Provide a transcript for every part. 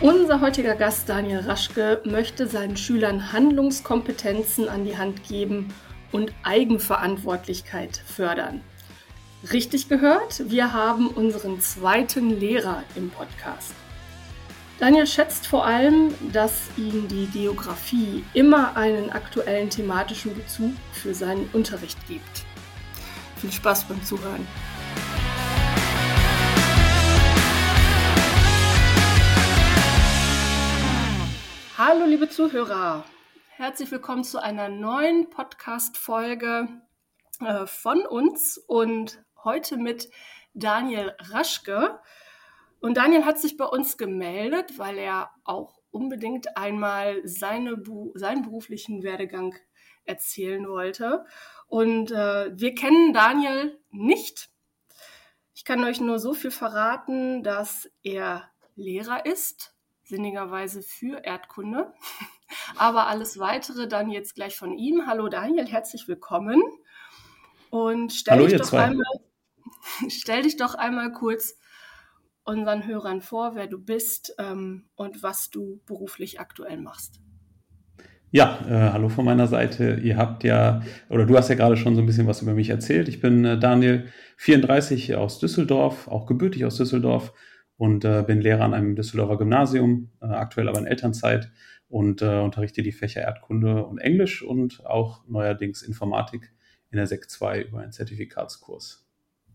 Unser heutiger Gast Daniel Raschke möchte seinen Schülern Handlungskompetenzen an die Hand geben und Eigenverantwortlichkeit fördern. Richtig gehört, wir haben unseren zweiten Lehrer im Podcast. Daniel schätzt vor allem, dass ihm die Geografie immer einen aktuellen thematischen Bezug für seinen Unterricht gibt. Viel Spaß beim Zuhören. Hallo liebe Zuhörer, herzlich willkommen zu einer neuen Podcast-Folge von uns und heute mit Daniel Raschke. Und Daniel hat sich bei uns gemeldet, weil er auch unbedingt einmal seinen beruflichen Werdegang erzählen wollte. Und wir kennen Daniel nicht. Ich kann euch nur so viel verraten, dass er Lehrer ist. Sinnigerweise für Erdkunde, aber alles Weitere dann jetzt gleich von ihm. Hallo Daniel, herzlich willkommen und stell dich doch einmal kurz unseren Hörern vor, wer du bist und was du beruflich aktuell machst. Ja, hallo von meiner Seite. Du hast ja gerade schon so ein bisschen was über mich erzählt. Ich bin Daniel, 34, aus Düsseldorf, auch gebürtig aus Düsseldorf. Und bin Lehrer an einem Düsseldorfer Gymnasium, aktuell aber in Elternzeit und unterrichte die Fächer Erdkunde und Englisch und auch neuerdings Informatik in der Sek 2 über einen Zertifikatskurs.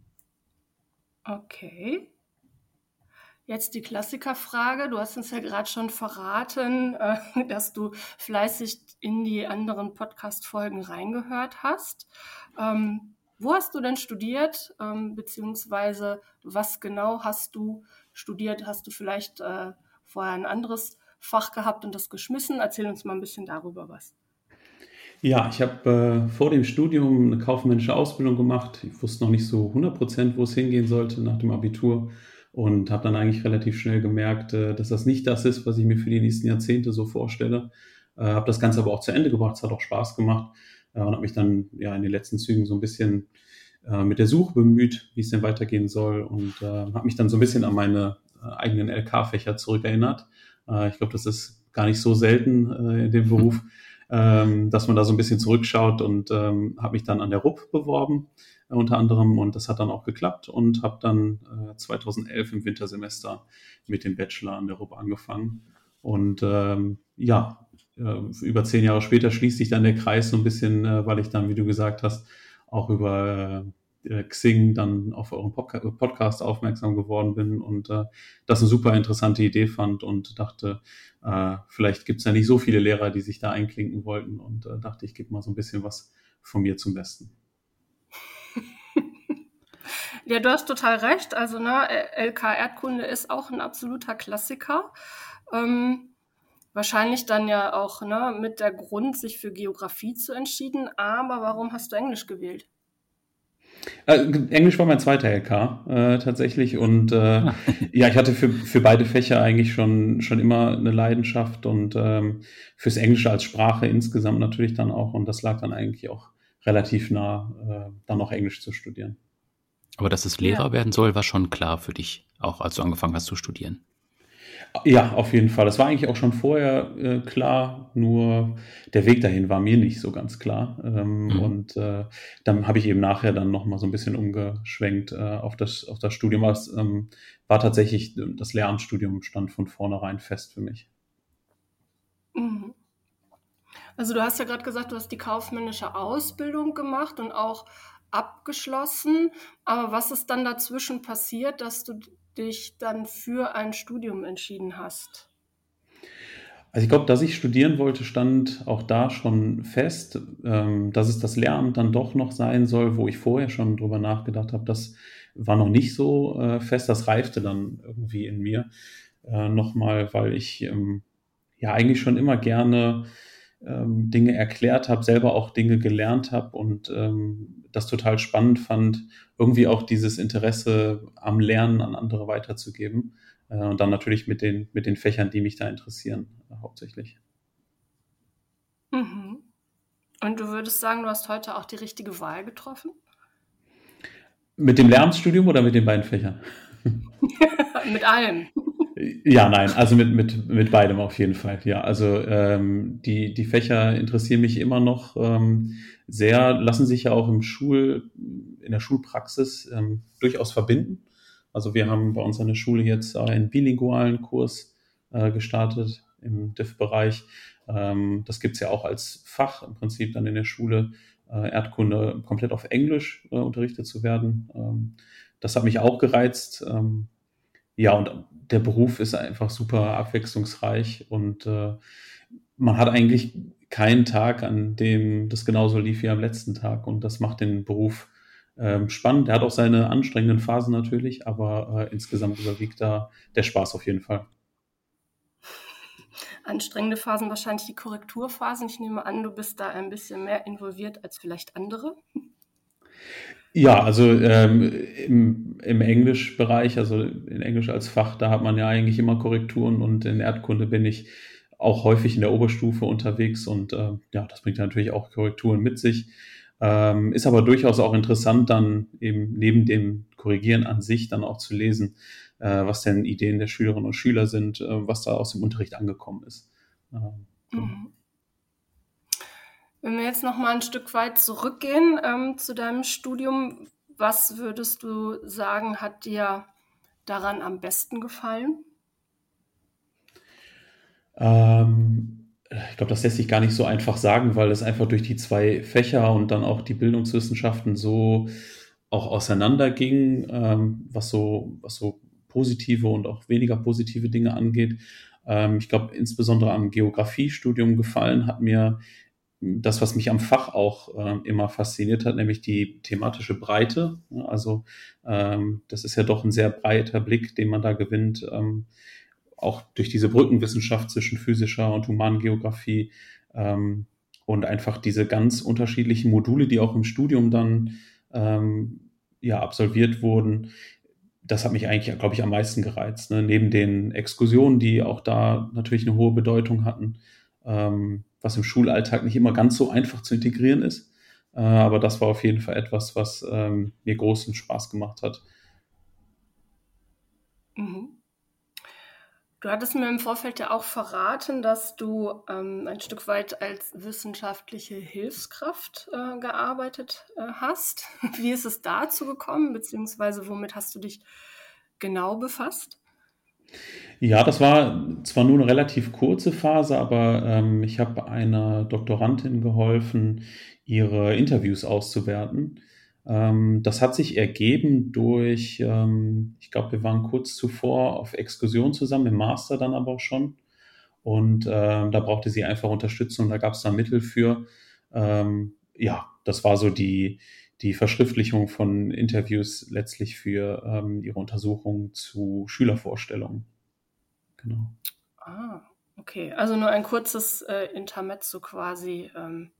Okay. Jetzt die Klassikerfrage. Du hast uns ja gerade schon verraten, dass du fleißig in die anderen Podcast-Folgen reingehört hast. Wo hast du denn studiert, beziehungsweise was genau hast du studiert? Hast du vielleicht vorher ein anderes Fach gehabt und das geschmissen? Erzähl uns mal ein bisschen darüber was. Ja, ich habe vor dem Studium eine kaufmännische Ausbildung gemacht. Ich wusste noch nicht so 100%, wo es hingehen sollte nach dem Abitur und habe dann eigentlich relativ schnell gemerkt, dass das nicht das ist, was ich mir für die nächsten Jahrzehnte so vorstelle. Habe das Ganze aber auch zu Ende gebracht, es hat auch Spaß gemacht und habe mich dann in den letzten Zügen so ein bisschen mit der Suche bemüht, wie es denn weitergehen soll und habe mich dann so ein bisschen an meine eigenen LK-Fächer zurückerinnert. Ich glaube, das ist gar nicht so selten in dem Beruf, dass man da so ein bisschen zurückschaut und habe mich dann an der RUB beworben, unter anderem, und das hat dann auch geklappt und habe dann 2011 im Wintersemester mit dem Bachelor an der RUB angefangen und über 10 Jahre später schließt sich dann der Kreis so ein bisschen, weil ich dann, wie du gesagt hast, auch über Xing dann auf euren Podcast aufmerksam geworden bin und das eine super interessante Idee fand und dachte, vielleicht gibt es ja nicht so viele Lehrer, die sich da einklinken wollten und dachte, ich gebe mal so ein bisschen was von mir zum Besten. Ja, du hast total recht. Also LK Erdkunde ist auch ein absoluter Klassiker. Wahrscheinlich dann ja auch mit der Grund, sich für Geografie zu entschieden. Aber warum hast du Englisch gewählt? Englisch war mein zweiter LK tatsächlich und ich hatte für beide Fächer eigentlich schon immer eine Leidenschaft und fürs Englische als Sprache insgesamt natürlich dann auch, und das lag dann eigentlich auch relativ nah, dann noch Englisch zu studieren. Aber dass es Lehrer werden soll, war schon klar für dich, auch als du angefangen hast zu studieren? Ja, auf jeden Fall. Das war eigentlich auch schon vorher klar, nur der Weg dahin war mir nicht so ganz klar. Und dann habe ich eben nachher dann nochmal so ein bisschen umgeschwenkt auf das Studium. Es war tatsächlich, das Lehramtsstudium stand von vornherein fest für mich. Mhm. Also du hast ja gerade gesagt, du hast die kaufmännische Ausbildung gemacht und auch abgeschlossen. Aber was ist dann dazwischen passiert, dass du dich dann für ein Studium entschieden hast? Also ich glaube, dass ich studieren wollte, stand auch da schon fest. Dass es das Lehramt dann doch noch sein soll, wo ich vorher schon drüber nachgedacht habe, das war noch nicht so fest. Das reifte dann irgendwie in mir nochmal, weil ich eigentlich schon immer gerne Dinge erklärt habe, selber auch Dinge gelernt habe und das total spannend fand, irgendwie auch dieses Interesse am Lernen an andere weiterzugeben. Und dann natürlich mit den Fächern, die mich da interessieren, hauptsächlich. Mhm. Und du würdest sagen, du hast heute auch die richtige Wahl getroffen? Mit dem Lehramtsstudium oder mit den beiden Fächern? Mit allem. Ja, nein, also mit beidem auf jeden Fall. Ja, also die Fächer interessieren mich immer noch sehr, lassen sich ja auch in der Schulpraxis durchaus verbinden. Also wir haben bei uns an der Schule jetzt einen bilingualen Kurs gestartet im DIV-Bereich. Das gibt's ja auch als Fach im Prinzip dann in der Schule, Erdkunde komplett auf Englisch unterrichtet zu werden. Das hat mich auch gereizt. Ja, und der Beruf ist einfach super abwechslungsreich und man hat eigentlich keinen Tag, an dem das genauso lief wie am letzten Tag und das macht den Beruf spannend. Er hat auch seine anstrengenden Phasen natürlich, aber insgesamt überwiegt da der Spaß auf jeden Fall. Anstrengende Phasen, wahrscheinlich die Korrekturphasen. Ich nehme an, du bist da ein bisschen mehr involviert als vielleicht andere. Ja, also im Englischbereich, also in Englisch als Fach, da hat man ja eigentlich immer Korrekturen und in Erdkunde bin ich auch häufig in der Oberstufe unterwegs und ja, das bringt natürlich auch Korrekturen mit sich. Ist aber durchaus auch interessant, dann eben neben dem Korrigieren an sich dann auch zu lesen, was denn Ideen der Schülerinnen und Schüler sind, was da aus dem Unterricht angekommen ist. Genau. Mhm. Wenn wir jetzt noch mal ein Stück weit zurückgehen zu deinem Studium, was würdest du sagen, hat dir daran am besten gefallen? Ich glaube, das lässt sich gar nicht so einfach sagen, weil es einfach durch die zwei Fächer und dann auch die Bildungswissenschaften so auch auseinanderging, was so positive und auch weniger positive Dinge angeht. Ich glaube, insbesondere am Geografiestudium gefallen hat mir das, was mich am Fach auch immer fasziniert hat, nämlich die thematische Breite. Also das ist ja doch ein sehr breiter Blick, den man da gewinnt, auch durch diese Brückenwissenschaft zwischen physischer und Humangeografie und einfach diese ganz unterschiedlichen Module, die auch im Studium dann ja absolviert wurden. Das hat mich eigentlich, glaube ich, am meisten gereizt. Ne? Neben den Exkursionen, die auch da natürlich eine hohe Bedeutung hatten, was im Schulalltag nicht immer ganz so einfach zu integrieren ist. Aber das war auf jeden Fall etwas, was mir großen Spaß gemacht hat. Mhm. Du hattest mir im Vorfeld ja auch verraten, dass du ein Stück weit als wissenschaftliche Hilfskraft gearbeitet hast. Wie ist es dazu gekommen, beziehungsweise womit hast du dich genau befasst? Ja, das war zwar nur eine relativ kurze Phase, aber ich habe einer Doktorandin geholfen, ihre Interviews auszuwerten. Das hat sich ergeben durch, ich glaube, wir waren kurz zuvor auf Exkursion zusammen, im Master dann aber auch schon. Und da brauchte sie einfach Unterstützung, da gab es da Mittel für. Ja, das war so die Verschriftlichung von Interviews letztlich für ihre Untersuchung zu Schülervorstellungen. Genau. Ah, okay. Also nur ein kurzes Intermezzo quasi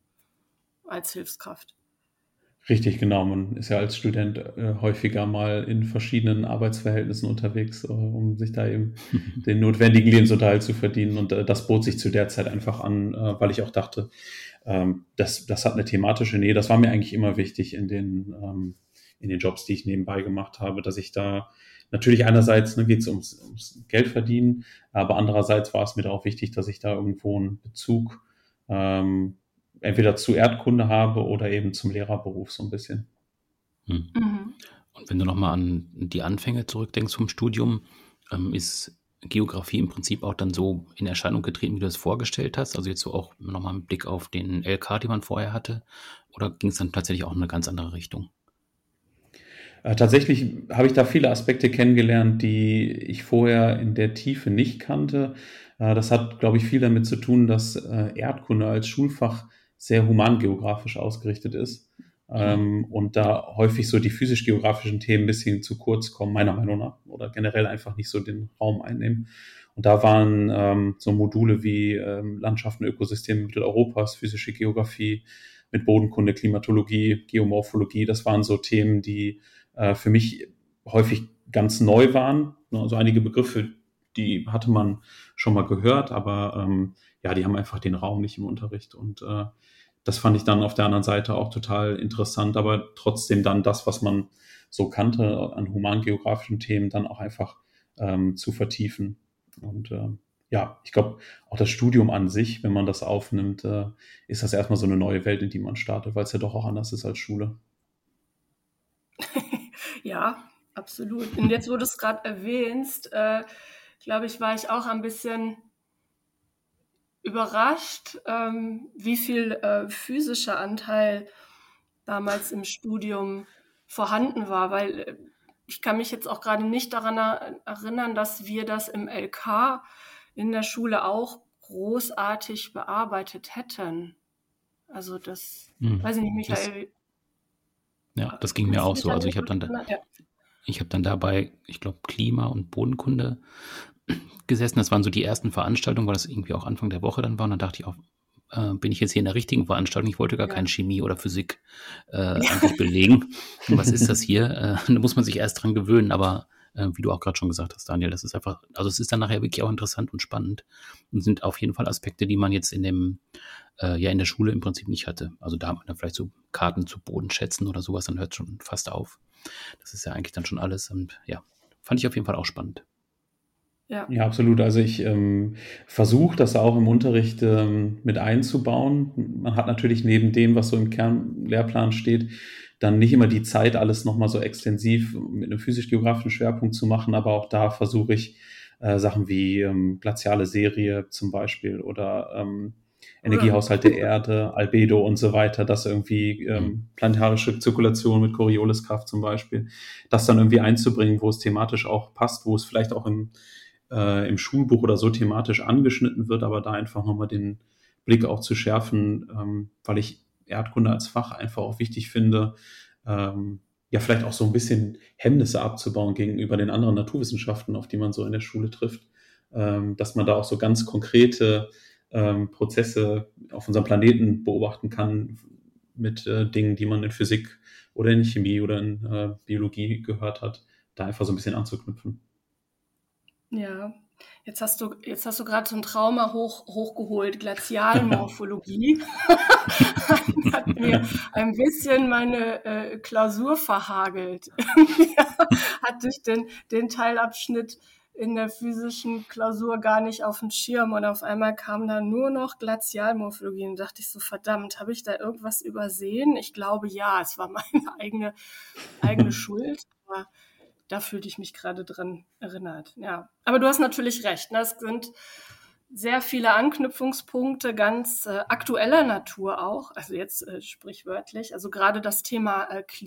als Hilfskraft. Richtig, genau. Man ist ja als Student häufiger mal in verschiedenen Arbeitsverhältnissen unterwegs, um sich da eben den notwendigen Lebensunterhalt zu verdienen. Und das bot sich zu der Zeit einfach an, weil ich auch dachte, das hat eine thematische Nähe. Das war mir eigentlich immer wichtig in den Jobs, die ich nebenbei gemacht habe, dass ich da natürlich einerseits geht es ums Geld verdienen, aber andererseits war es mir da auch wichtig, dass ich da irgendwo einen Bezug entweder zu Erdkunde habe oder eben zum Lehrerberuf so ein bisschen. Mhm. Und wenn du nochmal an die Anfänge zurückdenkst vom Studium, ist Geografie im Prinzip auch dann so in Erscheinung getreten, wie du es vorgestellt hast? Also jetzt so auch nochmal mit Blick auf den LK, den man vorher hatte? Oder ging es dann tatsächlich auch in eine ganz andere Richtung? Tatsächlich habe ich da viele Aspekte kennengelernt, die ich vorher in der Tiefe nicht kannte. Das hat, glaube ich, viel damit zu tun, dass Erdkunde als Schulfach sehr humangeografisch ausgerichtet ist und da häufig so die physisch-geografischen Themen ein bisschen zu kurz kommen, meiner Meinung nach, oder generell einfach nicht so den Raum einnehmen. Und da waren so Module wie Landschaften, Ökosysteme Mitteleuropas, physische Geografie mit Bodenkunde, Klimatologie, Geomorphologie, das waren so Themen, die für mich häufig ganz neu waren. Also einige Begriffe, die hatte man schon mal gehört, aber ja, die haben einfach den Raum nicht im Unterricht. Und das fand ich dann auf der anderen Seite auch total interessant, aber trotzdem dann das, was man so kannte an humangeografischen Themen, dann auch einfach zu vertiefen. Und ja, ich glaube, auch das Studium an sich, wenn man das aufnimmt, ist das erstmal so eine neue Welt, in die man startet, weil es ja doch auch anders ist als Schule. Ja, absolut. Und jetzt, wo du es gerade erwähnst, glaube ich, war ich auch ein bisschen überrascht, wie viel physischer Anteil damals im Studium vorhanden war, weil ich kann mich jetzt auch gerade nicht daran erinnern, dass wir das im LK in der Schule auch großartig bearbeitet hätten. Also das, weiß ich nicht, Das, Michael, ja, das ging mir kannst du auch dich so. an Also den gut erinnern? Ja. ich habe dann dabei, ich glaube, Klima- und Bodenkunde gesessen. Das waren so die ersten Veranstaltungen, weil das irgendwie auch Anfang der Woche dann war. Und dann dachte ich auch, bin ich jetzt hier in der richtigen Veranstaltung? Ich wollte gar Ja. keine Chemie oder Physik eigentlich belegen. Und was ist das hier? Da muss man sich erst dran gewöhnen. Aber wie du auch gerade schon gesagt hast, Daniel, das ist einfach, also es ist dann nachher wirklich auch interessant und spannend und sind auf jeden Fall Aspekte, die man jetzt in dem ja in der Schule im Prinzip nicht hatte. Also da hat man dann vielleicht so Karten zu Bodenschätzen oder sowas, dann hört es schon fast auf. Das ist ja eigentlich dann schon alles und ja, fand ich auf jeden Fall auch spannend. Ja. Ja, absolut. Also ich versuche das auch im Unterricht mit einzubauen. Man hat natürlich neben dem, was so im Kernlehrplan steht, dann nicht immer die Zeit, alles nochmal so extensiv mit einem physisch-geografischen Schwerpunkt zu machen, aber auch da versuche ich Sachen wie glaziale Serie zum Beispiel oder Energiehaushalt der Erde, Albedo und so weiter, das irgendwie planetarische Zirkulation mit Corioliskraft zum Beispiel, das dann irgendwie einzubringen, wo es thematisch auch passt, wo es vielleicht auch im Schulbuch oder so thematisch angeschnitten wird, aber da einfach nochmal den Blick auch zu schärfen, weil ich Erdkunde als Fach einfach auch wichtig finde, ja, vielleicht auch so ein bisschen Hemmnisse abzubauen gegenüber den anderen Naturwissenschaften, auf die man so in der Schule trifft, dass man da auch so ganz konkrete Prozesse auf unserem Planeten beobachten kann mit Dingen, die man in Physik oder in Chemie oder in Biologie gehört hat, da einfach so ein bisschen anzuknüpfen. Ja, jetzt hast du gerade so ein Trauma hochgeholt, Glazialmorphologie. Hat mir ein bisschen meine Klausur verhagelt. Hatte ich den Teilabschnitt in der physischen Klausur gar nicht auf dem Schirm und auf einmal kam da nur noch Glazialmorphologie und dachte ich so, verdammt, habe ich da irgendwas übersehen? Ich glaube ja, es war meine eigene Schuld, aber da fühlte ich mich gerade dran erinnert. Ja, aber du hast natürlich recht. Ne? Es sind sehr viele Anknüpfungspunkte ganz aktueller Natur auch, also jetzt sprichwörtlich. Also gerade das Thema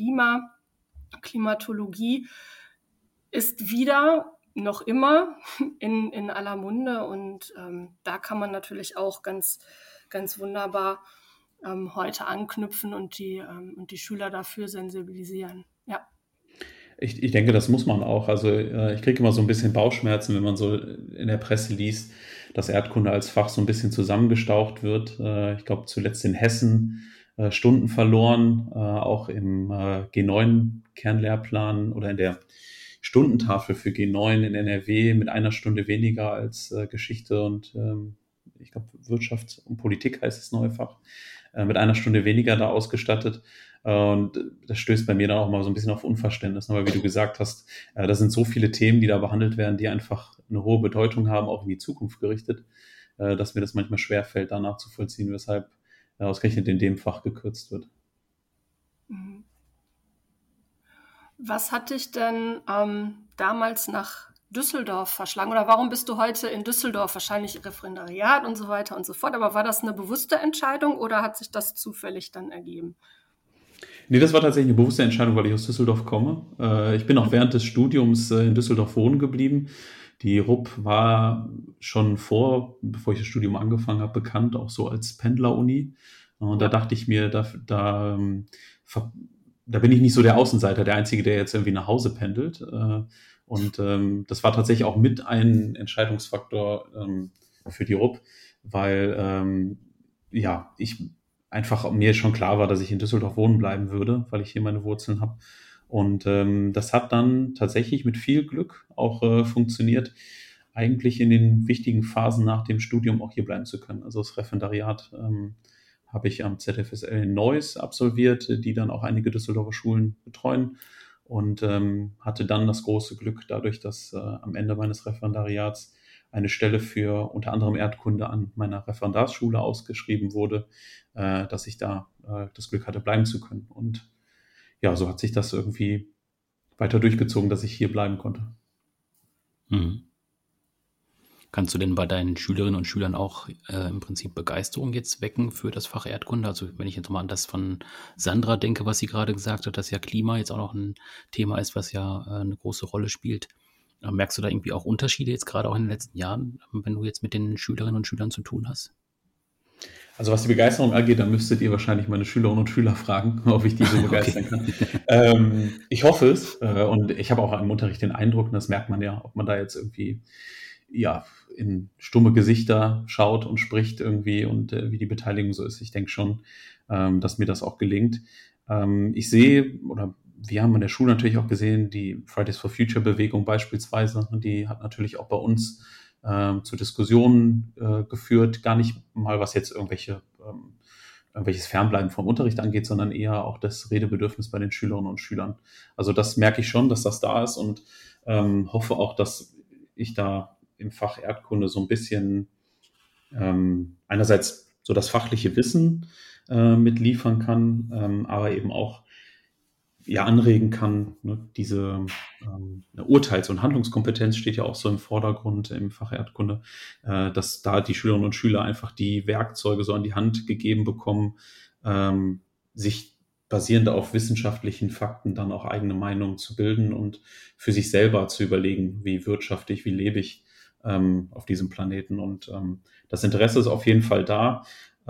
Klimatologie ist wieder noch immer in aller Munde und da kann man natürlich auch ganz, ganz wunderbar heute anknüpfen und die Schüler dafür sensibilisieren. Ja. Ich denke, das muss man auch. Also ich kriege immer so ein bisschen Bauchschmerzen, wenn man so in der Presse liest, dass Erdkunde als Fach so ein bisschen zusammengestaucht wird. Ich glaube, zuletzt in Hessen Stunden verloren, auch im G9-Kernlehrplan oder in der Stundentafel für G9 in NRW mit einer Stunde weniger als Geschichte und ich glaube Wirtschaft und Politik heißt das neue Fach, mit einer Stunde weniger da ausgestattet. Und das stößt bei mir dann auch mal so ein bisschen auf Unverständnis. Aber wie du gesagt hast, das sind so viele Themen, die da behandelt werden, die einfach eine hohe Bedeutung haben, auch in die Zukunft gerichtet, dass mir das manchmal schwerfällt, danach zu vollziehen, weshalb ausgerechnet in dem Fach gekürzt wird. Was hat dich denn damals nach Düsseldorf verschlagen? Oder warum bist du heute in Düsseldorf? Wahrscheinlich Referendariat und so weiter und so fort. Aber war das eine bewusste Entscheidung oder hat sich das zufällig dann ergeben? Nee, das war tatsächlich eine bewusste Entscheidung, weil ich aus Düsseldorf komme. Ich bin auch während des Studiums in Düsseldorf wohnen geblieben. Die RUP war schon bevor ich das Studium angefangen habe, bekannt, auch so als Pendler-Uni. Und da dachte ich mir, da bin ich nicht so der Außenseiter, der Einzige, der jetzt irgendwie nach Hause pendelt. Und das war tatsächlich auch mit ein Entscheidungsfaktor für die RUP, weil ja, ich einfach mir schon klar war, dass ich in Düsseldorf wohnen bleiben würde, weil ich hier meine Wurzeln habe. Und das hat dann tatsächlich mit viel Glück auch funktioniert, eigentlich in den wichtigen Phasen nach dem Studium auch hier bleiben zu können. Also das Referendariat habe ich am ZFSL in Neuss absolviert, die dann auch einige Düsseldorfer Schulen betreuen und hatte dann das große Glück, dadurch, dass am Ende meines Referendariats eine Stelle für unter anderem Erdkunde an meiner Referendarsschule ausgeschrieben wurde, dass ich da das Glück hatte, bleiben zu können. Und ja, so hat sich das irgendwie weiter durchgezogen, dass ich hier bleiben konnte. Mhm. Kannst du denn bei deinen Schülerinnen und Schülern auch im Prinzip Begeisterung jetzt wecken für das Fach Erdkunde? Also wenn ich jetzt mal an das von Sandra denke, was sie gerade gesagt hat, dass ja Klima jetzt auch noch ein Thema ist, was ja eine große Rolle spielt. Merkst du da irgendwie auch Unterschiede jetzt gerade auch in den letzten Jahren, wenn du jetzt mit den Schülerinnen und Schülern zu tun hast? Also was die Begeisterung angeht, dann müsstet ihr wahrscheinlich meine Schülerinnen und Schüler fragen, ob ich die so begeistern kann. Ich hoffe es und ich habe auch im Unterricht den Eindruck, und das merkt man ja, ob man da jetzt irgendwie in stumme Gesichter schaut und spricht irgendwie und wie die Beteiligung so ist. Ich denke schon, dass mir das auch gelingt. Ich sehe, oder wir haben in der Schule natürlich auch gesehen, die Fridays for Future Bewegung beispielsweise, die hat natürlich auch bei uns zu Diskussionen geführt, gar nicht mal was jetzt irgendwelches Fernbleiben vom Unterricht angeht, sondern eher auch das Redebedürfnis bei den Schülerinnen und Schülern. Also das merke ich schon, dass das da ist und hoffe auch, dass ich da im Fach Erdkunde so ein bisschen einerseits so das fachliche Wissen mitliefern kann, aber eben auch anregen kann. Ne? Diese Urteils- und Handlungskompetenz steht ja auch so im Vordergrund im Fach Erdkunde, dass da die Schülerinnen und Schüler einfach die Werkzeuge so an die Hand gegeben bekommen, sich basierend auf wissenschaftlichen Fakten dann auch eigene Meinungen zu bilden und für sich selber zu überlegen, wie wirtschaftlich, wie lebe ich auf diesem Planeten. Und das Interesse ist auf jeden Fall da.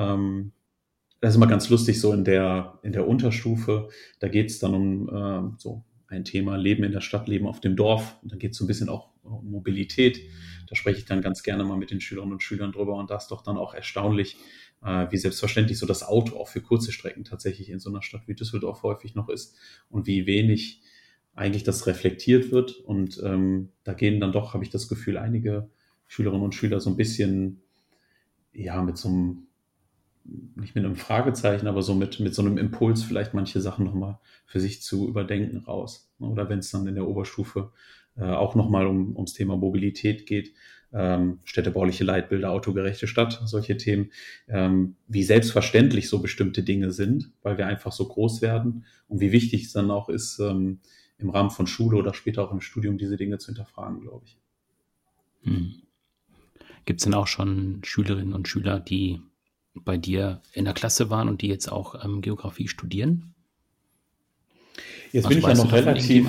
Das ist immer ganz lustig, so in der Unterstufe, da geht es dann um so ein Thema Leben in der Stadt, Leben auf dem Dorf. Und dann geht es so ein bisschen auch um Mobilität. Da spreche ich dann ganz gerne mal mit den Schülerinnen und Schülern drüber. Und da ist doch dann auch erstaunlich, wie selbstverständlich so das Auto auch für kurze Strecken tatsächlich in so einer Stadt wie Düsseldorf häufig noch ist und wie wenig eigentlich das reflektiert wird. Und da gehen dann doch, habe ich das Gefühl, einige Schülerinnen und Schüler so ein bisschen, mit so einem, nicht mit einem Fragezeichen, aber so mit so einem Impuls, vielleicht manche Sachen nochmal für sich zu überdenken raus. Oder wenn es dann in der Oberstufe auch nochmal ums Thema Mobilität geht, städtebauliche Leitbilder, autogerechte Stadt, solche Themen, wie selbstverständlich so bestimmte Dinge sind, weil wir einfach so groß werden und wie wichtig es dann auch ist, im Rahmen von Schule oder später auch im Studium diese Dinge zu hinterfragen, glaube ich. Gibt es denn auch schon Schülerinnen und Schüler, die bei dir in der Klasse waren und die jetzt auch Geografie studieren? Jetzt bin ich ja noch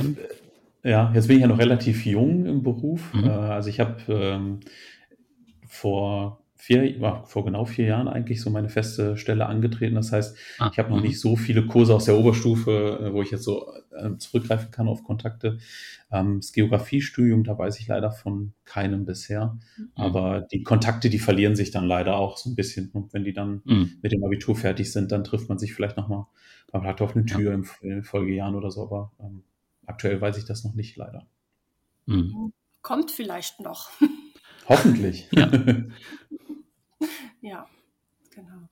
relativ jung im Beruf. Also ich habe vor genau 4 Jahren eigentlich so meine feste Stelle angetreten. Das heißt, ich habe noch nicht so viele Kurse aus der Oberstufe, wo ich jetzt so zurückgreifen kann auf Kontakte. Das Geografiestudium, da weiß ich leider von keinem bisher. Aber die Kontakte, die verlieren sich dann leider auch so ein bisschen. Und wenn die dann mit dem Abitur fertig sind, dann trifft man sich vielleicht nochmal beim Blatt auf eine Tür in den Folgejahren oder so. Aber aktuell weiß ich das noch nicht, leider. Kommt vielleicht noch. Hoffentlich. Ja. Ja, genau.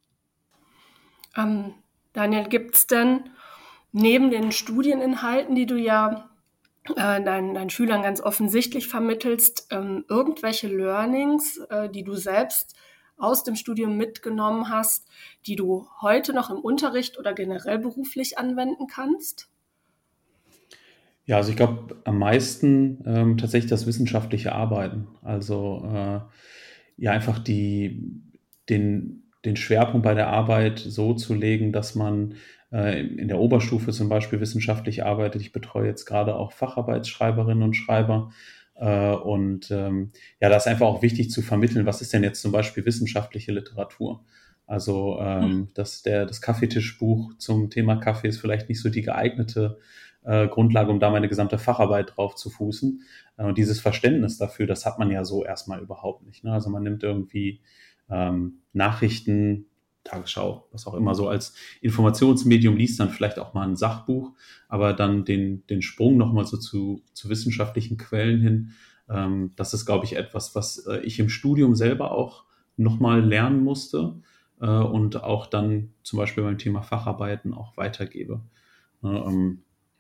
Daniel, gibt es denn neben den Studieninhalten, die du ja deinen Schülern ganz offensichtlich vermittelst, irgendwelche Learnings, die du selbst aus dem Studium mitgenommen hast, die du heute noch im Unterricht oder generell beruflich anwenden kannst? Ja, also ich glaube am meisten tatsächlich das wissenschaftliche Arbeiten. Also einfach den Schwerpunkt bei der Arbeit so zu legen, dass man in der Oberstufe zum Beispiel wissenschaftlich arbeitet. Ich betreue jetzt gerade auch Facharbeitsschreiberinnen und Schreiber. Da ist einfach auch wichtig zu vermitteln, was ist denn jetzt zum Beispiel wissenschaftliche Literatur? Also das Kaffeetischbuch zum Thema Kaffee ist vielleicht nicht so die geeignete Grundlage, um da meine gesamte Facharbeit drauf zu fußen. Und dieses Verständnis dafür, das hat man ja so erstmal überhaupt nicht. Ne? Also man nimmt irgendwie Nachrichten, Tagesschau, was auch immer, so als Informationsmedium, liest dann vielleicht auch mal ein Sachbuch, aber dann den Sprung nochmal so zu wissenschaftlichen Quellen hin, das ist, glaube ich, etwas, was ich im Studium selber auch nochmal lernen musste und auch dann zum Beispiel beim Thema Facharbeiten auch weitergebe.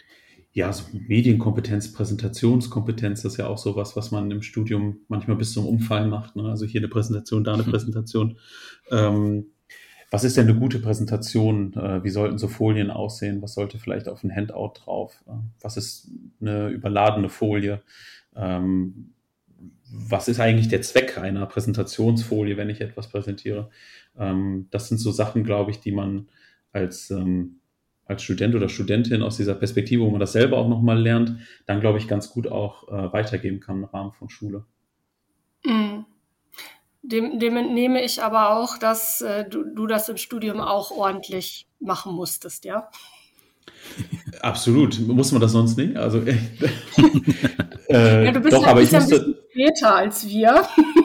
Ja, so Medienkompetenz, Präsentationskompetenz, das ist ja auch sowas, was man im Studium manchmal bis zum Umfallen macht, ne? Also hier eine Präsentation, da eine Präsentation. Ähm, Was ist denn eine gute Präsentation? Wie sollten so Folien aussehen? Was sollte vielleicht auf ein Handout drauf? Was ist eine überladene Folie? Ähm, Was ist eigentlich der Zweck einer Präsentationsfolie, wenn ich etwas präsentiere? Das sind so Sachen, glaube ich, die man als, als Student oder Studentin aus dieser Perspektive, wo man das selber auch nochmal lernt, dann, glaube ich, ganz gut auch weitergeben kann im Rahmen von Schule. Mhm. Dem entnehme ich aber auch, dass du das im Studium auch ordentlich machen musstest, ja? Absolut. Muss man das sonst nicht? Also, Ja, du bist doch, ja, aber ich bist ja ein bisschen musste. später als wir.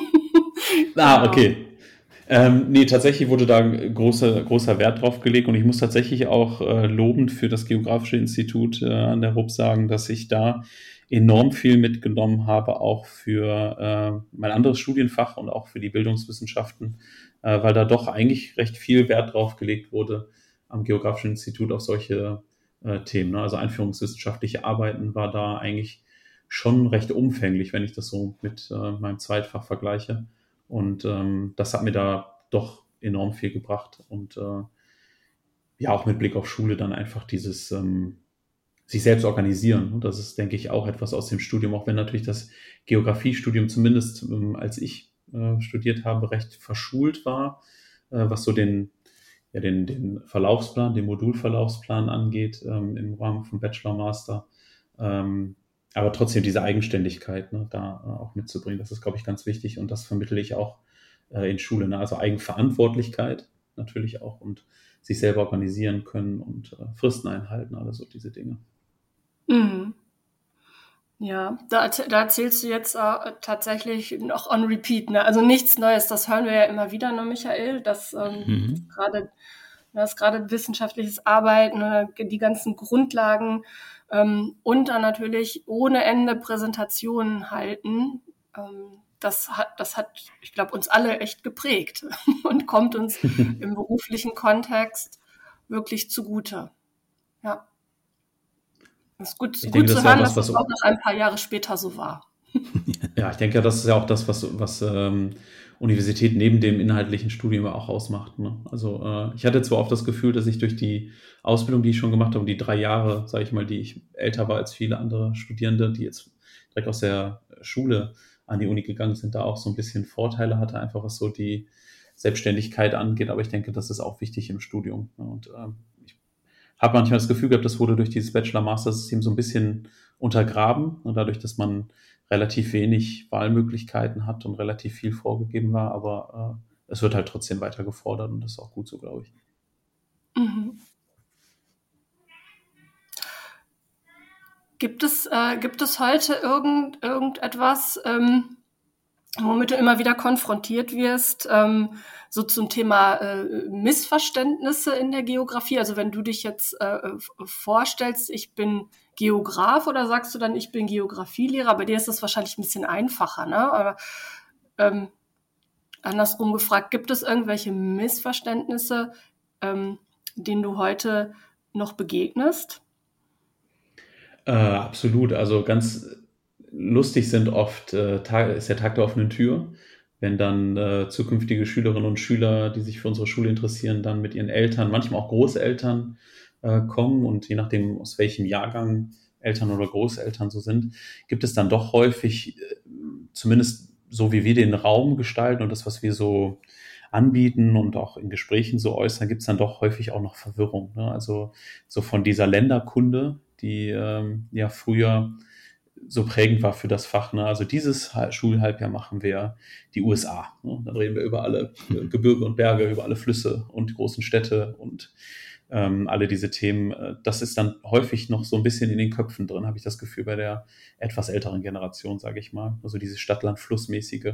Genau. Okay. Nee, tatsächlich wurde da großer Wert drauf gelegt und ich muss tatsächlich auch lobend für das Geografische Institut an der RUB sagen, dass ich da enorm viel mitgenommen habe, auch für mein anderes Studienfach und auch für die Bildungswissenschaften, weil da doch eigentlich recht viel Wert drauf gelegt wurde am Geografischen Institut auf solche Themen. Ne? Also einführungswissenschaftliche Arbeiten war da eigentlich schon recht umfänglich, wenn ich das so mit meinem Zweitfach vergleiche. Und das hat mir da doch enorm viel gebracht. Und ja, auch mit Blick auf Schule dann einfach dieses sich selbst organisieren. Und das ist, denke ich, auch etwas aus dem Studium, auch wenn natürlich das Geografiestudium zumindest als ich studiert habe, recht verschult war, was so den Verlaufsplan, den Modulverlaufsplan angeht im Rahmen von Bachelor, Master. Aber trotzdem diese Eigenständigkeit, ne, da auch mitzubringen, das ist, glaube ich, ganz wichtig und das vermittle ich auch in Schule. Ne? Also Eigenverantwortlichkeit natürlich auch und sich selber organisieren können und Fristen einhalten, also diese Dinge. Mhm. Ja, da erzählst du jetzt tatsächlich noch on repeat, ne? Also nichts Neues, das hören wir ja immer wieder, ne, Michael, dass gerade wissenschaftliches Arbeiten, ne, die ganzen Grundlagen und dann natürlich ohne Ende Präsentationen halten. Das hat, ich glaube, uns alle echt geprägt und kommt uns im beruflichen Kontext wirklich zugute. Ja. Das ist Ich gut denke, das zu ist ja auch hören, was, dass das was auch noch ein paar Jahre später so war. ja, ich denke, das ist ja auch das, was Universität neben dem inhaltlichen Studium auch ausmacht. Ne? Also ich hatte zwar oft das Gefühl, dass ich durch die Ausbildung, die ich schon gemacht habe, die 3 Jahre, sage ich mal, die ich älter war als viele andere Studierende, die jetzt direkt aus der Schule an die Uni gegangen sind, da auch so ein bisschen Vorteile hatte, einfach was so die Selbstständigkeit angeht. Aber ich denke, das ist auch wichtig im Studium. Ne? Und ich habe manchmal das Gefühl gehabt, das wurde durch dieses Bachelor-Master-System so ein bisschen untergraben. Und dadurch, dass man relativ wenig Wahlmöglichkeiten hat und relativ viel vorgegeben war, aber es wird halt trotzdem weiter gefordert und das ist auch gut so, glaube ich. Mhm. Gibt es heute irgendetwas, womit du immer wieder konfrontiert wirst, so zum Thema Missverständnisse in der Geografie? Also wenn du dich jetzt vorstellst, ich bin Geograf oder sagst du dann, ich bin Geografielehrer? Bei dir ist das wahrscheinlich ein bisschen einfacher, ne? Aber ähm, andersrum gefragt, gibt es irgendwelche Missverständnisse, denen du heute noch begegnest? Absolut, also ganz lustig sind oft, ist der Tag der offenen Tür, wenn dann zukünftige Schülerinnen und Schüler, die sich für unsere Schule interessieren, dann mit ihren Eltern, manchmal auch Großeltern kommen und je nachdem, aus welchem Jahrgang Eltern oder Großeltern so sind, gibt es dann doch häufig, zumindest so wie wir den Raum gestalten und das, was wir so anbieten und auch in Gesprächen so äußern, gibt es dann doch häufig auch noch Verwirrung. Ne? Also so von dieser Länderkunde, die ja früher so prägend war für das Fach. Ne? Also dieses Schulhalbjahr machen wir die USA. Ne? Dann reden wir über alle Gebirge und Berge, über alle Flüsse und großen Städte und alle diese Themen. Das ist dann häufig noch so ein bisschen in den Köpfen drin, habe ich das Gefühl, bei der etwas älteren Generation, sage ich mal. Also diese Stadt-Land-Fluss-mäßige.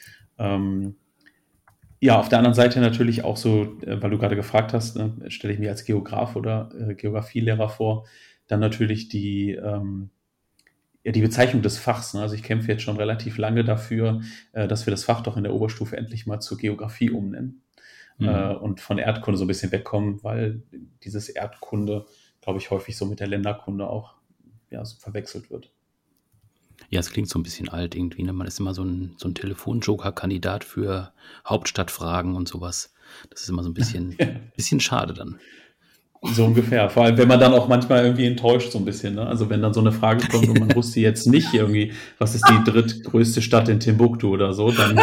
Ja, auf der anderen Seite natürlich auch so, weil du gerade gefragt hast, ne, stelle ich mir als Geograf oder Geografielehrer vor, dann natürlich ja, die Bezeichnung des Fachs. Ne? Also ich kämpfe jetzt schon relativ lange dafür, dass wir das Fach doch in der Oberstufe endlich mal zur Geografie umnennen und von Erdkunde so ein bisschen wegkommen, weil dieses Erdkunde, glaube ich, häufig so mit der Länderkunde auch so verwechselt wird. Ja, es klingt so ein bisschen alt irgendwie, ne? Man ist immer so ein Telefonjoker-Kandidat für Hauptstadtfragen und sowas. Das ist immer so ein bisschen schade dann. So ungefähr. Vor allem, wenn man dann auch manchmal irgendwie enttäuscht so ein bisschen. Ne? Also wenn dann so eine Frage kommt und man wusste jetzt nicht irgendwie, was ist die drittgrößte Stadt in Timbuktu oder so, dann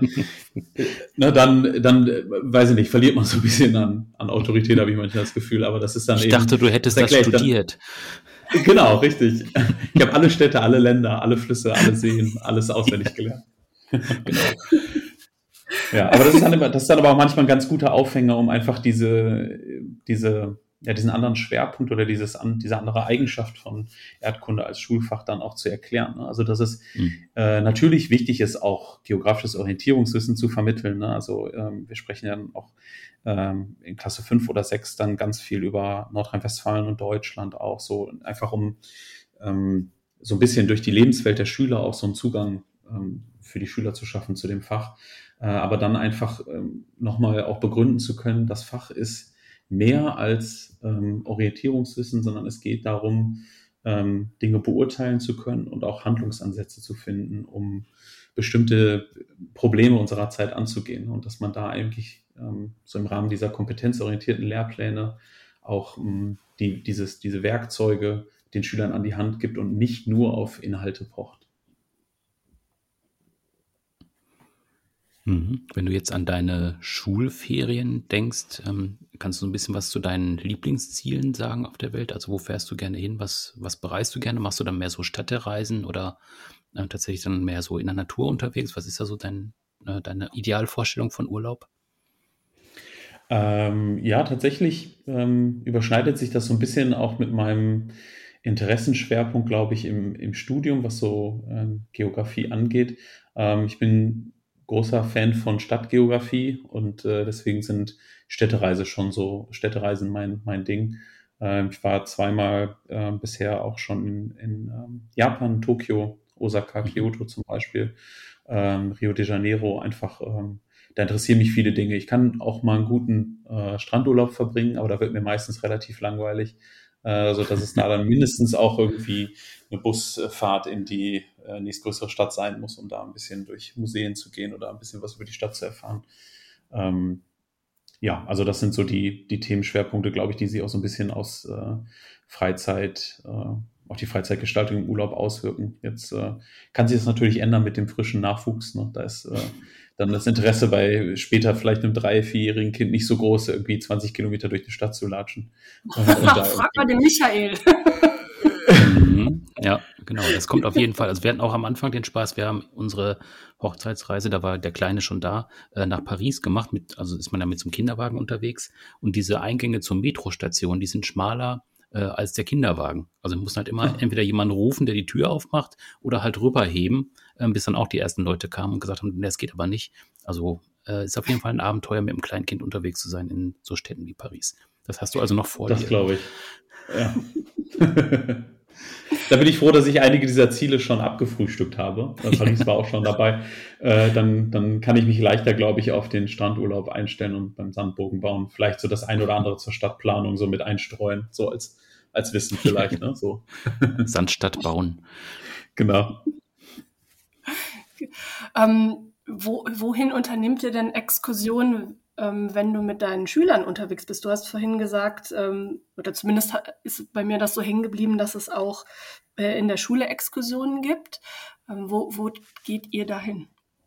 weiß ich nicht, verliert man so ein bisschen an Autorität, habe ich manchmal das Gefühl. Aber das ist dann Ich dachte, du hättest das studiert. Genau, richtig. Ich habe alle Städte, alle Länder, alle Flüsse, alle Seen, alles auswendig gelernt. Genau. Ja, aber das ist dann aber auch manchmal ein ganz guter Aufhänger, um einfach diesen anderen Schwerpunkt oder diese andere Eigenschaft von Erdkunde als Schulfach dann auch zu erklären. Ne? Also dass es natürlich wichtig ist, auch geografisches Orientierungswissen zu vermitteln. Ne? Also wir sprechen ja auch in Klasse 5 oder 6 dann ganz viel über Nordrhein-Westfalen und Deutschland auch so, einfach um so ein bisschen durch die Lebenswelt der Schüler auch so einen Zugang für die Schüler zu schaffen zu dem Fach. Aber dann einfach nochmal auch begründen zu können, das Fach ist mehr als Orientierungswissen, sondern es geht darum, Dinge beurteilen zu können und auch Handlungsansätze zu finden, um bestimmte Probleme unserer Zeit anzugehen. Und dass man da eigentlich so im Rahmen dieser kompetenzorientierten Lehrpläne auch diese Werkzeuge den Schülern an die Hand gibt und nicht nur auf Inhalte pocht. Wenn du jetzt an deine Schulferien denkst, kannst du ein bisschen was zu deinen Lieblingszielen sagen auf der Welt? Also wo fährst du gerne hin? Was bereist du gerne? Machst du dann mehr so Städtereisen oder tatsächlich dann mehr so in der Natur unterwegs? Was ist da so deine Idealvorstellung von Urlaub? Ja, tatsächlich überschneidet sich das so ein bisschen auch mit meinem Interessenschwerpunkt, glaube ich, im Studium, was so Geografie angeht. Ich bin großer Fan von Stadtgeografie und deswegen sind Städtereisen mein Ding. Ich war zweimal bisher auch schon in Japan, Tokio, Osaka, Kyoto zum Beispiel, Rio de Janeiro, einfach da interessieren mich viele Dinge. Ich kann auch mal einen guten Strandurlaub verbringen, aber da wird mir meistens relativ langweilig, sodass es da dann mindestens auch irgendwie eine Busfahrt in die nächstgrößere Stadt sein muss, um da ein bisschen durch Museen zu gehen oder ein bisschen was über die Stadt zu erfahren. Ja, also das sind so die Themenschwerpunkte, glaube ich, die sich auch so ein bisschen aus Freizeit, auf die Freizeitgestaltung im Urlaub auswirken. Jetzt kann sich das natürlich ändern mit dem frischen Nachwuchs. Ne? Da ist dann das Interesse bei später vielleicht einem 3-, 4-jährigen Kind nicht so groß, irgendwie 20 Kilometer durch die Stadt zu latschen. Frag mal den Michael. Ja, genau. Das kommt auf jeden Fall. Also wir hatten auch am Anfang den Spaß, wir haben unsere Hochzeitsreise, da war der Kleine schon da, nach Paris gemacht. Also ist man da mit so einem Kinderwagen unterwegs. Und diese Eingänge zur Metrostation, die sind schmaler als der Kinderwagen. Also wir mussten halt immer entweder jemanden rufen, der die Tür aufmacht, oder halt rüberheben, bis dann auch die ersten Leute kamen und gesagt haben, nee, das geht aber nicht. Also ist auf jeden Fall ein Abenteuer, mit einem kleinen Kind unterwegs zu sein in so Städten wie Paris. Das hast du also noch vor dir. Das glaube ich. Ja. Da bin ich froh, dass ich einige dieser Ziele schon abgefrühstückt habe. Paris war auch schon dabei. Dann kann ich mich leichter, glaube ich, auf den Strandurlaub einstellen und beim Sandbogen bauen vielleicht so das ein oder andere zur Stadtplanung so mit einstreuen, so als Wissen vielleicht. Ne? So. Sandstadt bauen. Genau. Wohin unternimmt ihr denn Exkursionen, wenn du mit deinen Schülern unterwegs bist? Du hast vorhin gesagt, oder zumindest ist bei mir das so hängen geblieben, dass es auch in der Schule Exkursionen gibt. Wo geht ihr dahin?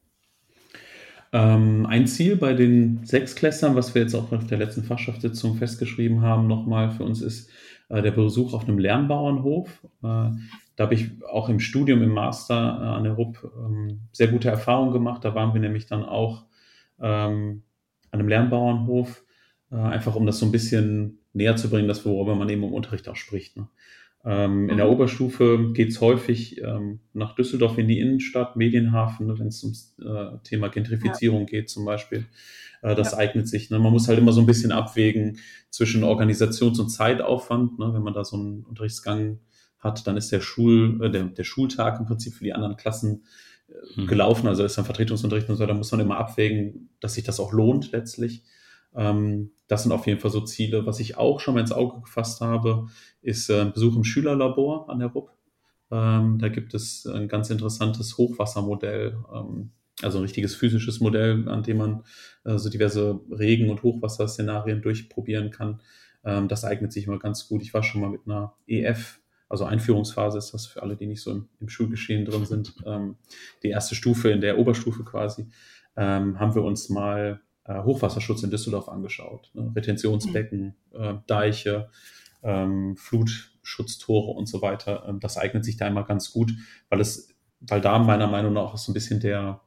Ein Ziel bei den Sechsklässlern, was wir jetzt auch auf der letzten Fachschaftssitzung festgeschrieben haben, nochmal für uns ist der Besuch auf einem Lernbauernhof. Da habe ich auch im Studium, im Master an der RUB sehr gute Erfahrungen gemacht. Da waren wir nämlich dann auch an einem Lernbauernhof, einfach um das so ein bisschen näher zu bringen, das worüber man eben im Unterricht auch spricht. Ne? In der Oberstufe geht es häufig nach Düsseldorf in die Innenstadt, Medienhafen, ne, wenn es ums Thema Gentrifizierung geht zum Beispiel. Das eignet sich. Ne? Man muss halt immer so ein bisschen abwägen zwischen Organisations- und Zeitaufwand. Ne? Wenn man da so einen Unterrichtsgang hat, dann ist der Schultag im Prinzip für die anderen Klassen gelaufen. Also ist dann Vertretungsunterricht und so, da muss man immer abwägen, dass sich das auch lohnt letztlich. Dann das sind auf jeden Fall so Ziele. Was ich auch schon mal ins Auge gefasst habe, ist ein Besuch im Schülerlabor an der RUP. Da gibt es ein ganz interessantes Hochwassermodell, also ein richtiges physisches Modell, an dem man so diverse Regen- und Hochwasserszenarien durchprobieren kann. Das eignet sich immer ganz gut. Ich war schon mal mit einer EF, also Einführungsphase ist das für alle, die nicht so im Schulgeschehen drin sind, die erste Stufe in der Oberstufe quasi, haben wir uns mal Hochwasserschutz in Düsseldorf angeschaut. Ne? Retentionsbecken, Deiche, Flutschutztore und so weiter. Das eignet sich da immer ganz gut, weil da meiner Meinung nach auch so ein bisschen der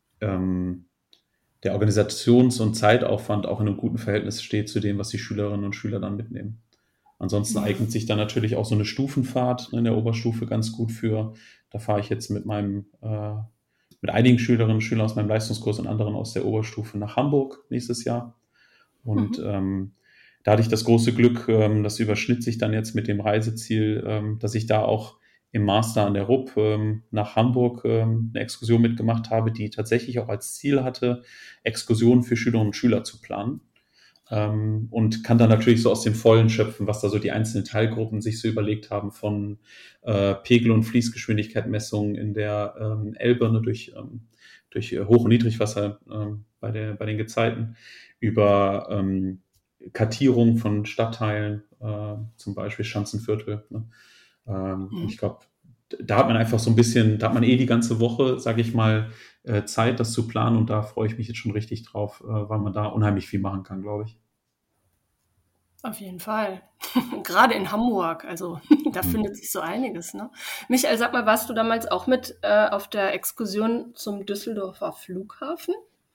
Organisations- und Zeitaufwand auch in einem guten Verhältnis steht zu dem, was die Schülerinnen und Schüler dann mitnehmen. Ansonsten eignet sich dann natürlich auch so eine Stufenfahrt in der Oberstufe ganz gut für. Da fahre ich jetzt mit einigen Schülerinnen und Schülern aus meinem Leistungskurs und anderen aus der Oberstufe nach Hamburg nächstes Jahr. Und da hatte ich das große Glück, das überschnitt sich dann jetzt mit dem Reiseziel, dass ich da auch im Master an der RUP nach Hamburg eine Exkursion mitgemacht habe, die tatsächlich auch als Ziel hatte, Exkursionen für Schülerinnen und Schüler zu planen. Und kann dann natürlich so aus dem Vollen schöpfen, was da so die einzelnen Teilgruppen sich so überlegt haben, von Pegel- und Fließgeschwindigkeitsmessungen in der Elbe, ne, durch Hoch- und Niedrigwasser bei den Gezeiten, über Kartierung von Stadtteilen, zum Beispiel Schanzenviertel. Ne? Und ich glaube, da hat man einfach so ein bisschen, da hat man die ganze Woche, sage ich mal, Zeit, das zu planen, und da freue ich mich jetzt schon richtig drauf, weil man da unheimlich viel machen kann, glaube ich. Auf jeden Fall. Gerade in Hamburg, also da findet sich so einiges. Ne? Michael, sag mal, warst du damals auch mit auf der Exkursion zum Düsseldorfer Flughafen?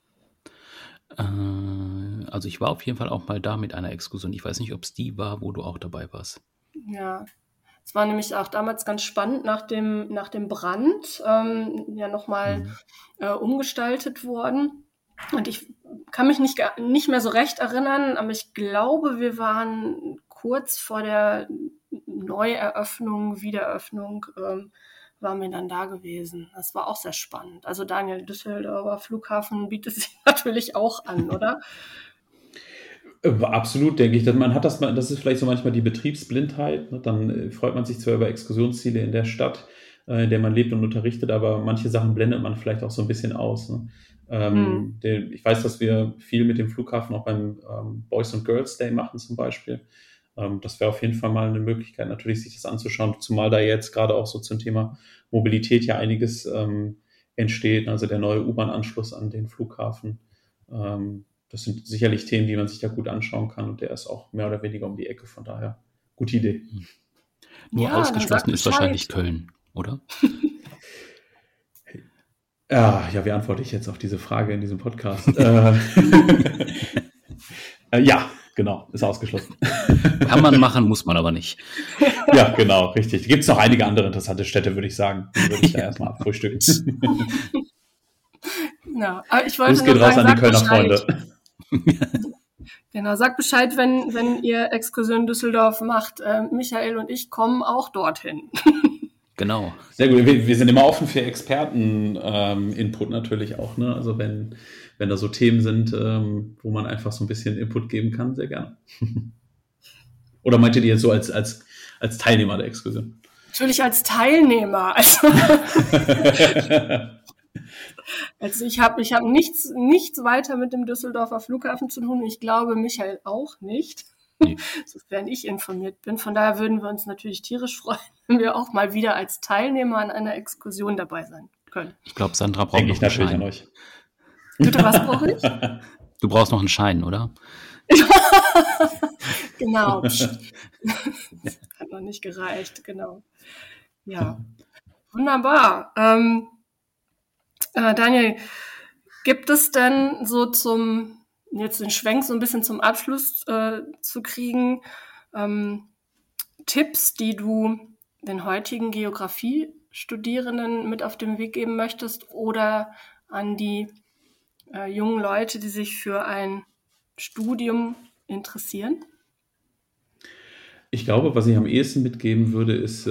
Also ich war auf jeden Fall auch mal da mit einer Exkursion. Ich weiß nicht, ob es die war, wo du auch dabei warst. Ja, es war nämlich auch damals ganz spannend nach dem Brand, ja nochmal umgestaltet worden. Und ich kann mich nicht mehr so recht erinnern, aber ich glaube, wir waren kurz vor der Neueröffnung, Wiedereröffnung, waren wir dann da gewesen. Das war auch sehr spannend. Also Daniel, Düsseldorfer Flughafen bietet sich natürlich auch an, oder? Absolut, denke ich. Das ist vielleicht so manchmal die Betriebsblindheit. Ne? Dann freut man sich zwar über Exkursionsziele in der Stadt, in der man lebt und unterrichtet, aber manche Sachen blendet man vielleicht auch so ein bisschen aus. Ne? Ich weiß, dass wir viel mit dem Flughafen auch beim Boys and Girls Day machen zum Beispiel. Das wäre auf jeden Fall mal eine Möglichkeit, natürlich sich das anzuschauen, zumal da jetzt gerade auch so zum Thema Mobilität ja einiges entsteht, also der neue U-Bahn-Anschluss an den Flughafen. Das sind sicherlich Themen, die man sich da gut anschauen kann, und der ist auch mehr oder weniger um die Ecke, von daher gute Idee. Nur Ja, ausgeschlossen ist wahrscheinlich Köln, oder? Ja, wie antworte ich jetzt auf diese Frage in diesem Podcast? Ja, genau, ist ausgeschlossen. Kann man machen, muss man aber nicht. Ja, genau, richtig. Gibt es noch einige andere interessante Städte, würde ich sagen. Die würde ich da erstmal abfrühstücken. Ja, aber ich wollte Gruß geht nur raus sagen, an die sag Kölner Bescheid. Freunde. Genau, sag Bescheid, wenn ihr Exkursion Düsseldorf macht. Michael und ich kommen auch dorthin. Genau. Sehr gut. Wir sind immer offen für Experten-Input natürlich auch. Ne? Also wenn da so Themen sind, wo man einfach so ein bisschen Input geben kann, sehr gerne. Oder meintet ihr jetzt so als Teilnehmer der Exkursion? Natürlich als Teilnehmer. Also ich hab nichts weiter mit dem Düsseldorfer Flughafen zu tun. Ich glaube, Michael auch nicht. Nee. Sofern ich informiert bin. Von daher würden wir uns natürlich tierisch freuen, wenn wir auch mal wieder als Teilnehmer an einer Exkursion dabei sein können. Ich glaube, Sandra braucht noch einen Schein. An euch. Bitte, was brauche ich? Du brauchst noch einen Schein, oder? Genau. Das hat noch nicht gereicht, genau. Ja, wunderbar. Daniel, gibt es denn so jetzt den Schwenk so ein bisschen zum Abschluss zu kriegen, Tipps, die du den heutigen Geografiestudierenden mit auf den Weg geben möchtest oder an die jungen Leute, die sich für ein Studium interessieren? Ich glaube, was ich am ehesten mitgeben würde, ist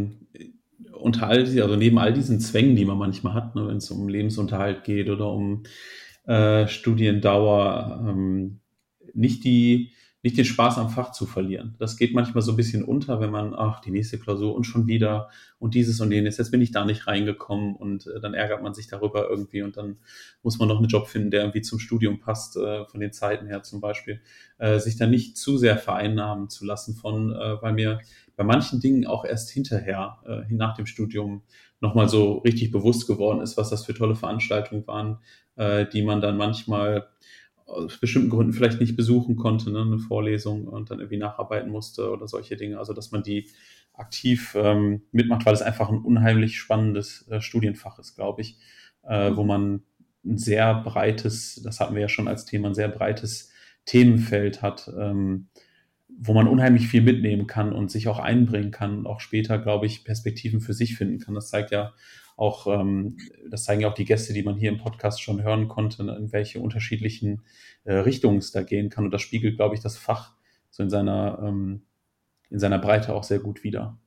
neben all diesen Zwängen, die man manchmal hat, ne, wenn es um Lebensunterhalt geht oder um Studiendauer, nicht den Spaß am Fach zu verlieren. Das geht manchmal so ein bisschen unter, wenn man, die nächste Klausur und schon wieder und dieses und jenes, jetzt bin ich da nicht reingekommen und dann ärgert man sich darüber irgendwie und dann muss man noch einen Job finden, der irgendwie zum Studium passt, von den Zeiten her zum Beispiel, sich dann nicht zu sehr vereinnahmen zu lassen weil mir bei manchen Dingen auch erst hinterher, nach dem Studium, nochmal so richtig bewusst geworden ist, was das für tolle Veranstaltungen waren, die man dann manchmal aus bestimmten Gründen vielleicht nicht besuchen konnte, ne, eine Vorlesung und dann irgendwie nacharbeiten musste oder solche Dinge. Also dass man die aktiv mitmacht, weil es einfach ein unheimlich spannendes Studienfach ist, glaube ich, wo man ein sehr breites, das hatten wir ja schon als Thema, ein sehr breites Themenfeld hat, wo man unheimlich viel mitnehmen kann und sich auch einbringen kann und auch später, glaube ich, Perspektiven für sich finden kann. Das zeigt ja auch, das zeigen ja auch die Gäste, die man hier im Podcast schon hören konnte, in welche unterschiedlichen Richtungen es da gehen kann. Und das spiegelt, glaube ich, das Fach so in seiner Breite auch sehr gut wider.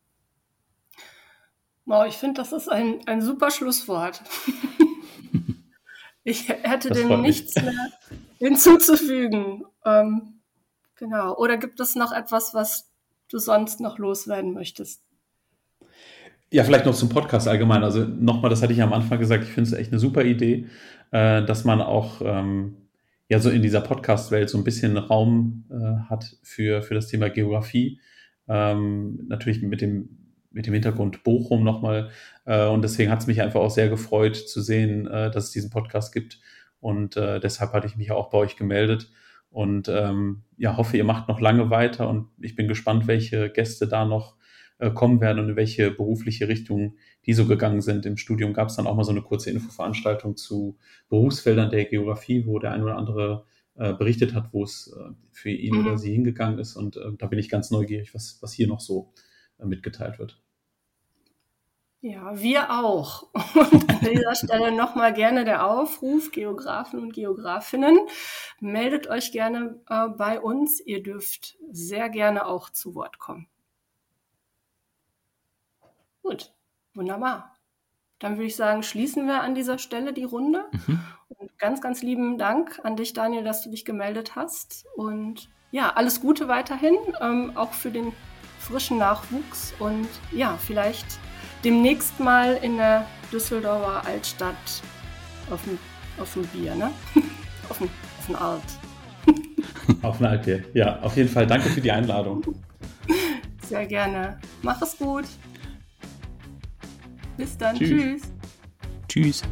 Wow, ich finde, das ist ein super Schlusswort. Ich hätte dem nichts mehr hinzuzufügen. Genau. Oder gibt es noch etwas, was du sonst noch loswerden möchtest? Ja, vielleicht noch zum Podcast allgemein. Also nochmal, das hatte ich ja am Anfang gesagt, ich finde es echt eine super Idee, dass man auch so in dieser Podcast-Welt so ein bisschen Raum hat für das Thema Geografie. Natürlich mit dem Hintergrund Bochum nochmal. Und deswegen hat es mich einfach auch sehr gefreut zu sehen, dass es diesen Podcast gibt. Und deshalb hatte ich mich auch bei euch gemeldet. Und hoffe, ihr macht noch lange weiter. Und ich bin gespannt, welche Gäste da noch kommen werden und in welche berufliche Richtung die so gegangen sind. Im Studium gab es dann auch mal so eine kurze Infoveranstaltung zu Berufsfeldern der Geografie, wo der ein oder andere berichtet hat, wo es für ihn oder sie hingegangen ist. Und da bin ich ganz neugierig, was hier noch so mitgeteilt wird. Ja, wir auch. Und an dieser Stelle nochmal gerne der Aufruf, Geografen und Geografinnen, meldet euch gerne bei uns. Ihr dürft sehr gerne auch zu Wort kommen. Gut, wunderbar. Dann würde ich sagen, schließen wir an dieser Stelle die Runde. Und ganz, ganz lieben Dank an dich, Daniel, dass du dich gemeldet hast. Und ja, alles Gute weiterhin, auch für den frischen Nachwuchs. Und ja, vielleicht demnächst mal in der Düsseldorfer Altstadt auf dem Bier, ne? auf dem Alt. Auf ein Altbier, ja, auf jeden Fall. Danke für die Einladung. Sehr gerne. Mach es gut. Bis dann. Tschüss. Tschüss.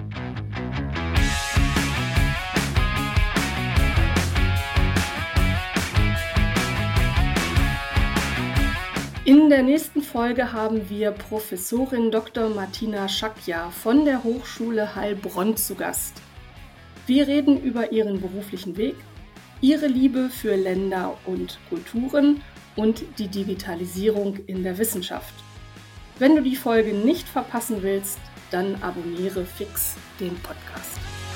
In der nächsten Folge haben wir Professorin Dr. Martina Schakja von der Hochschule Heilbronn zu Gast. Wir reden über ihren beruflichen Weg, ihre Liebe für Länder und Kulturen und die Digitalisierung in der Wissenschaft. Wenn du die Folge nicht verpassen willst, dann abonniere fix den Podcast.